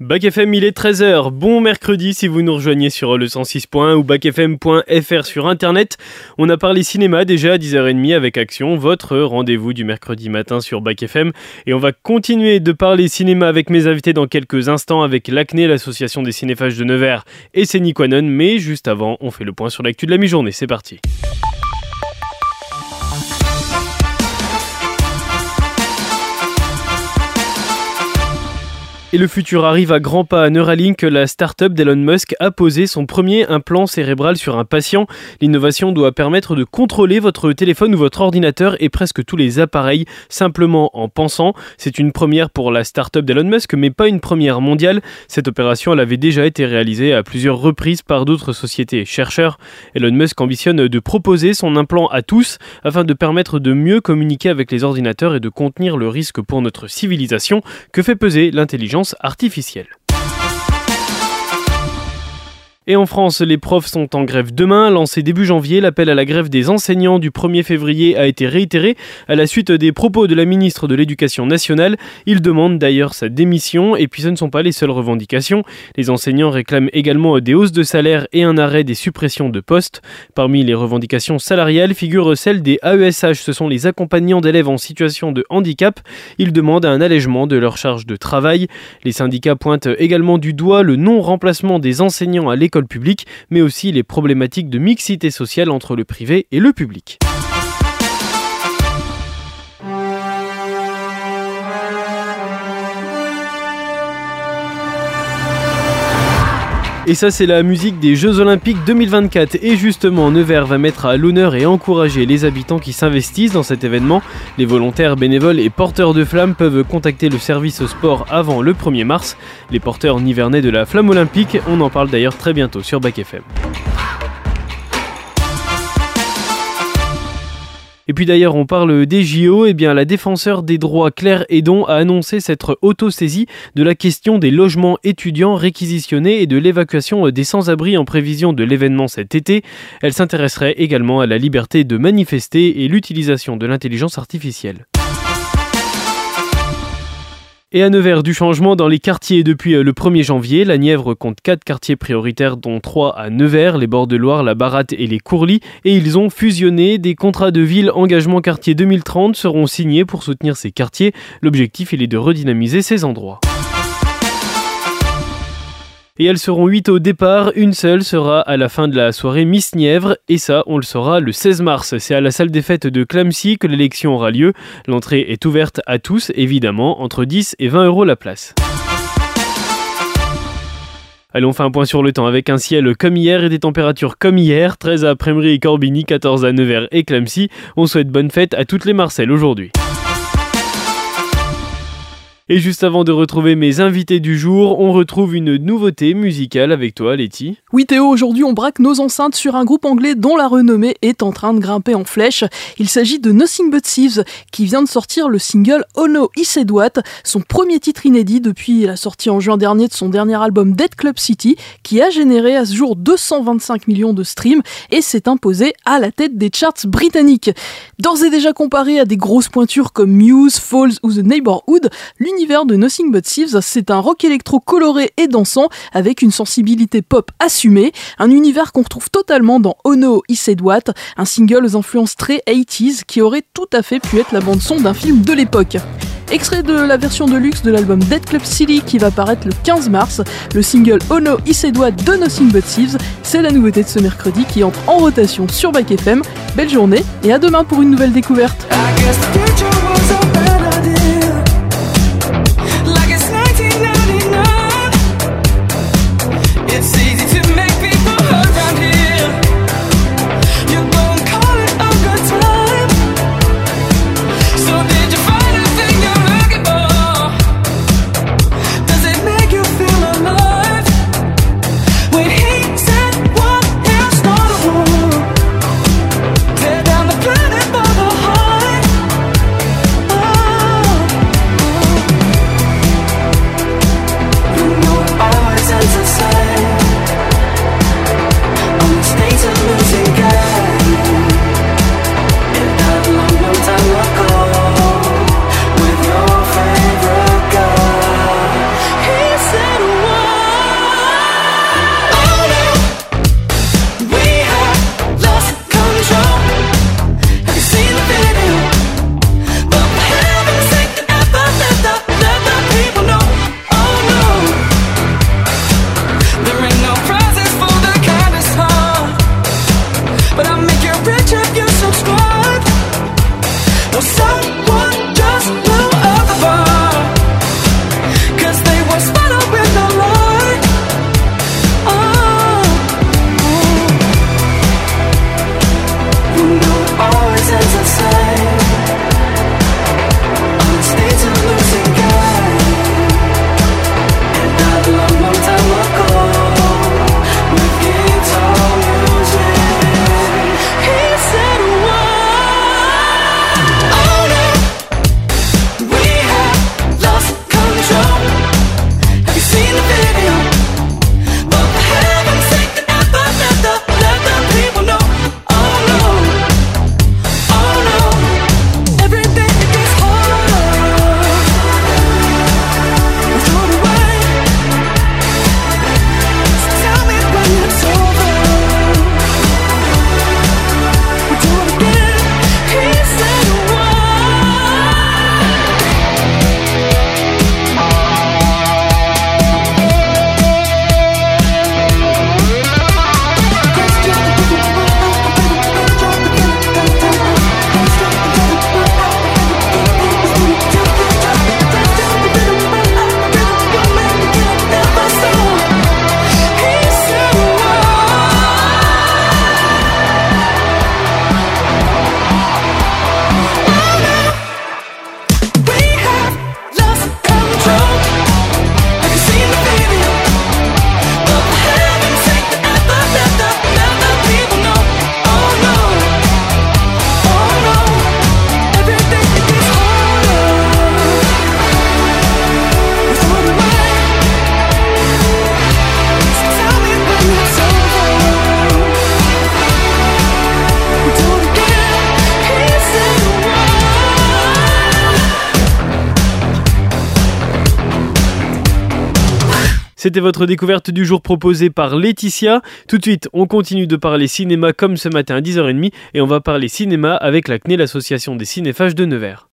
Bac FM, il est 13h. Bon mercredi si vous nous rejoignez sur le 106.1 ou bacfm.fr sur internet. On a parlé cinéma déjà à 10h30 avec Action, votre rendez-vous du mercredi matin sur Bac FM. Et on va continuer de parler cinéma avec mes invités dans quelques instants avec l'ACNE, l'association des cinéphages de Nevers et Séniquanon. Mais juste avant, on fait le point sur l'actu de la mi-journée. C'est parti. Et le futur arrive à grands pas. Neuralink, la start-up d'Elon Musk, a posé son premier implant cérébral sur un patient. L'innovation doit permettre de contrôler votre téléphone ou votre ordinateur et presque tous les appareils simplement en pensant. C'est une première pour la start-up d'Elon Musk, mais pas une première mondiale. Cette opération, elle avait déjà été réalisée à plusieurs reprises par d'autres sociétés chercheurs. Elon Musk ambitionne de proposer son implant à tous afin de permettre de mieux communiquer avec les ordinateurs et de contenir le risque pour notre civilisation que fait peser l'intelligence artificielle. Et en France, les profs sont en grève demain. Lancé début janvier, l'appel à la grève des enseignants du 1er février a été réitéré à la suite des propos de la ministre de l'Éducation nationale. Il demande d'ailleurs sa démission et puis ce ne sont pas les seules revendications. Les enseignants réclament également des hausses de salaire et un arrêt des suppressions de postes. Parmi les revendications salariales figure celle des AESH, ce sont les accompagnants d'élèves en situation de handicap. Ils demandent un allègement de leur charge de travail. Les syndicats pointent également du doigt le non-remplacement des enseignants à l'école publique, mais aussi les problématiques de mixité sociale entre le privé et le public. Et ça, c'est la musique des Jeux Olympiques 2024. Et justement, Nevers va mettre à l'honneur et encourager les habitants qui s'investissent dans cet événement. Les volontaires, bénévoles et porteurs de flammes peuvent contacter le service sport avant le 1er mars. Les porteurs nivernais de la flamme olympique, on en parle d'ailleurs très bientôt sur Bac FM. Et puis d'ailleurs, on parle des JO, et bien la défenseure des droits Claire Hédon a annoncé s'être auto-saisie de la question des logements étudiants réquisitionnés et de l'évacuation des sans-abri en prévision de l'événement cet été. Elle s'intéresserait également à la liberté de manifester et l'utilisation de l'intelligence artificielle. Et à Nevers, du changement dans les quartiers depuis le 1er janvier. La Nièvre compte 4 quartiers prioritaires, dont 3 à Nevers, les Bords de Loire, la Baratte et les Courlis. Et ils ont fusionné. Des contrats de ville engagement quartier 2030 seront signés pour soutenir ces quartiers. L'objectif, il est de redynamiser ces endroits. Et elles seront 8 au départ, une seule sera à la fin de la soirée Miss Nièvre, et ça, on le saura le 16 mars. C'est à la salle des fêtes de Clamecy que l'élection aura lieu. L'entrée est ouverte à tous, évidemment, entre 10 et 20 € la place. Allez, on fait un point sur le temps avec un ciel comme hier et des températures comme hier, 13 à Prémery et Corbigny, 14 à Nevers et Clamecy. On souhaite bonne fête à toutes les Marcelles aujourd'hui. Et juste avant de retrouver mes invités du jour, on retrouve une nouveauté musicale avec toi, Letty. Oui Théo, aujourd'hui on braque nos enceintes sur un groupe anglais dont la renommée est en train de grimper en flèche. Il s'agit de Nothing But Thieves, qui vient de sortir le single Oh No He Said What, son premier titre inédit depuis la sortie en juin dernier de son dernier album Dead Club City, qui a généré à ce jour 225 millions de streams et s'est imposé à la tête des charts britanniques. D'ores et déjà comparé à des grosses pointures comme Muse, Falls ou The Neighborhood, l'univers de Nothing But Thieves, c'est un rock électro coloré et dansant avec une sensibilité pop assumée, un univers qu'on retrouve totalement dans Oh No He Said What, un single aux influences très 80s qui aurait tout à fait pu être la bande-son d'un film de l'époque. Extrait de la version de luxe de l'album Dead Club City qui va paraître le 15 mars, le single Oh No He Said What de Nothing But Thieves, c'est la nouveauté de ce mercredi qui entre en rotation sur Bac FM. Belle journée et à demain pour une nouvelle découverte. C'était votre découverte du jour proposée par Laetitia. Tout de suite, on continue de parler cinéma comme ce matin à 10h30 et on va parler cinéma avec la CNE, l'association des cinéphages de Nevers.